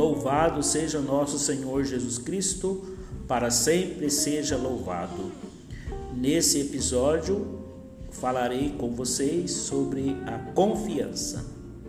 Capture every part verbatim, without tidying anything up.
Louvado seja nosso Senhor Jesus Cristo, para sempre seja louvado. Nesse episódio, falarei com vocês sobre a confiança.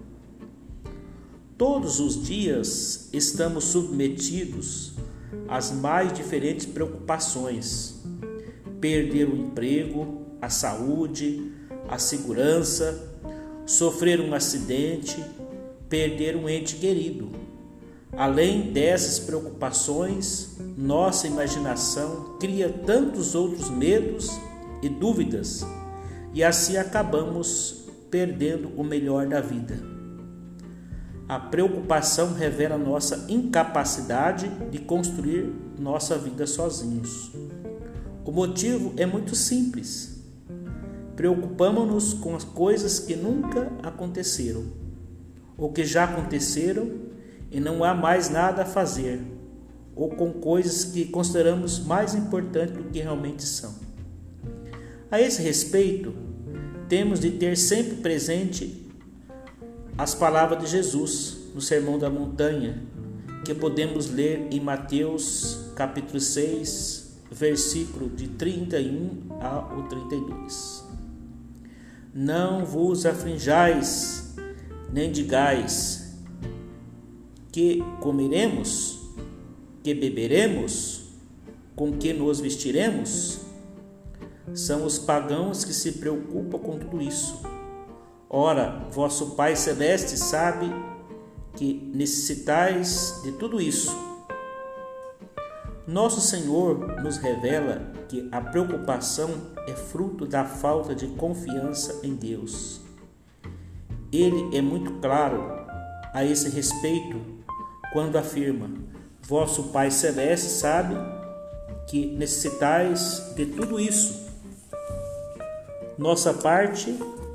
Todos os dias estamos submetidos às mais diferentes preocupações: perder o emprego, a saúde, a segurança, sofrer um acidente, perder um ente querido. Além dessas preocupações, nossa imaginação cria tantos outros medos e dúvidas, e assim acabamos perdendo o melhor da vida. A preocupação revela nossa incapacidade de construir nossa vida sozinhos. O motivo é muito simples. Preocupamos-nos com as coisas que nunca aconteceram, ou que já aconteceram e não há mais nada a fazer, ou com coisas que consideramos mais importantes do que realmente são. A esse respeito, temos de ter sempre presente as palavras de Jesus no Sermão da Montanha, que podemos ler em Mateus capítulo seis, versículo de trinta e um ao trinta e dois. Não vos aflinjais, nem digais: que comeremos, que beberemos, com que nos vestiremos? São os pagãos que se preocupam com tudo isso. Ora, vosso Pai Celeste sabe que necessitais de tudo isso. Nosso Senhor nos revela que a preocupação é fruto da falta de confiança em Deus. Ele é muito claro a esse respeito quando afirma: vosso Pai Celeste sabe que necessitais de tudo isso. Nossa parte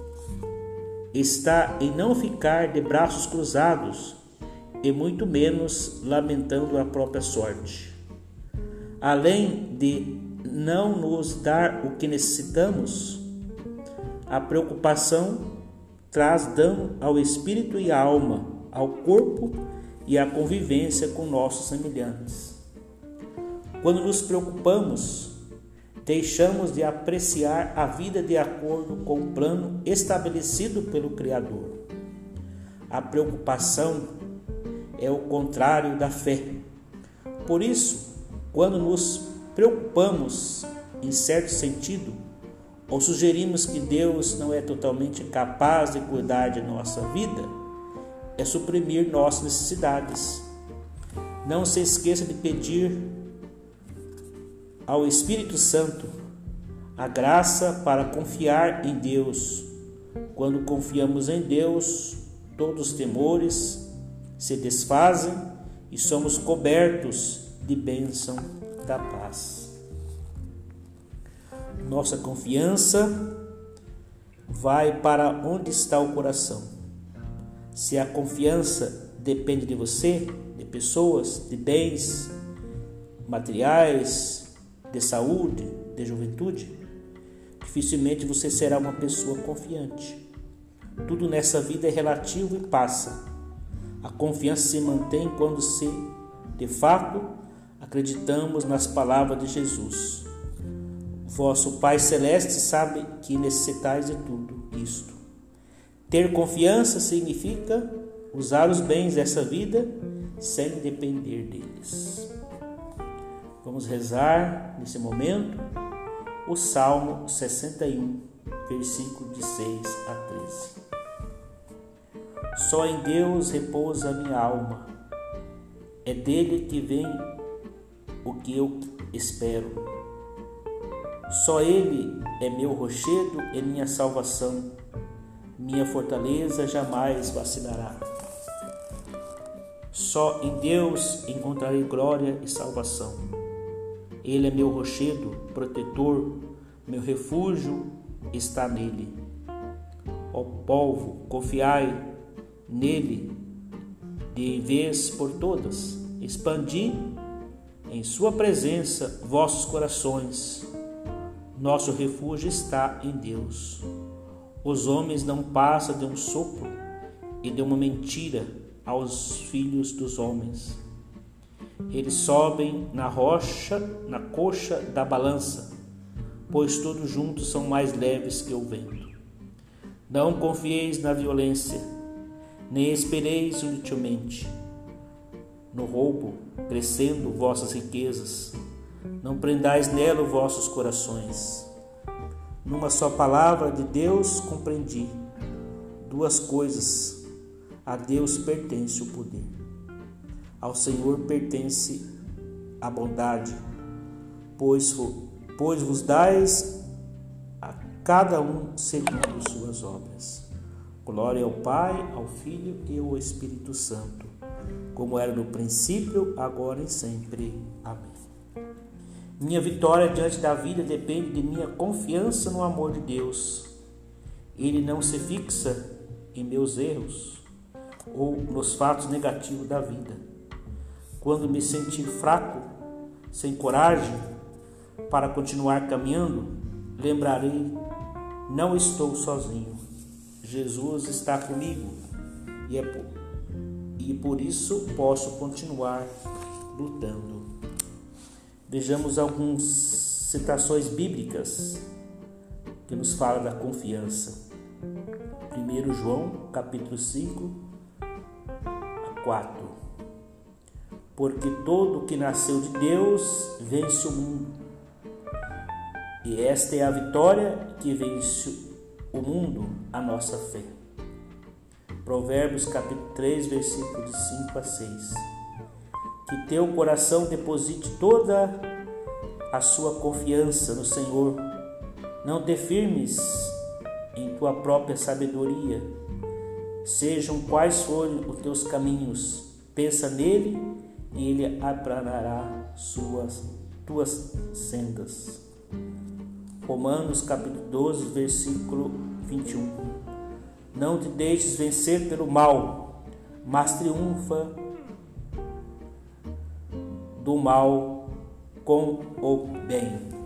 está em não ficar de braços cruzados e muito menos lamentando a própria sorte. Além de não nos dar o que necessitamos, a preocupação traz dano ao espírito e à alma, ao corpo e à convivência com nossos semelhantes. Quando nos preocupamos, deixamos de apreciar a vida de acordo com o plano estabelecido pelo Criador. A preocupação é o contrário da fé. Por isso, quando nos preocupamos em certo sentido, ou sugerimos que Deus não é totalmente capaz de cuidar de nossa vida, é suprimir nossas necessidades. Não se esqueça de pedir ao Espírito Santo a graça para confiar em Deus. Quando confiamos em Deus, todos os temores se desfazem e somos cobertos de bênção da paz. Nossa confiança vai para onde está o coração. Se a confiança depende de você, de pessoas, de bens materiais, de saúde, de juventude, dificilmente você será uma pessoa confiante. Tudo nessa vida é relativo e passa. A confiança se mantém quando se, de fato, acreditamos nas palavras de Jesus. Vosso Pai Celeste sabe que necessitais de tudo isto. Ter confiança significa usar os bens dessa vida sem depender deles. Vamos rezar nesse momento o Salmo sessenta e um, versículo de seis a treze. Só em Deus repousa a minha alma, é dele que vem o que eu espero. Só ele é meu rochedo e minha salvação, minha fortaleza jamais vacilará. Só em Deus encontrarei glória e salvação. Ele é meu rochedo, protetor, meu refúgio está nele. Ó povo, confiai nele de vez por todas. Expandi em sua presença vossos corações. Nosso refúgio está em Deus. Os homens não passam de um sopro e de uma mentira aos filhos dos homens. Eles sobem na rocha, na coxa da balança, pois todos juntos são mais leves que o vento. Não confieis na violência, nem espereis inutilmente no roubo, crescendo vossas riquezas. Não prendais nela vossos corações. Numa só palavra de Deus compreendi duas coisas: a Deus pertence o poder, ao Senhor pertence a bondade, pois, pois vos dais a cada um segundo suas obras. Glória ao Pai, ao Filho e ao Espírito Santo, como era no princípio, agora e sempre. Amém. Minha vitória diante da vida depende de minha confiança no amor de Deus. Ele não se fixa em meus erros ou nos fatos negativos da vida. Quando me sentir fraco, sem coragem para continuar caminhando, lembrarei: não estou sozinho. Jesus está comigo e, é por, e por isso posso continuar lutando. Vejamos algumas citações bíblicas que nos falam da confiança. primeiro João, capítulo cinco, a quatro. Porque todo o que nasceu de Deus vence o mundo. E esta é a vitória que vence o mundo, a nossa fé. Provérbios, capítulo três, versículos de cinco a seis. Que teu coração deposite toda a sua confiança no Senhor. Não te firmes em tua própria sabedoria. Sejam quais forem os teus caminhos, pensa nele e ele aplanará suas tuas sendas. Romanos capítulo doze, versículo vinte e um. Não te deixes vencer pelo mal, mas triunfa do mal com o bem.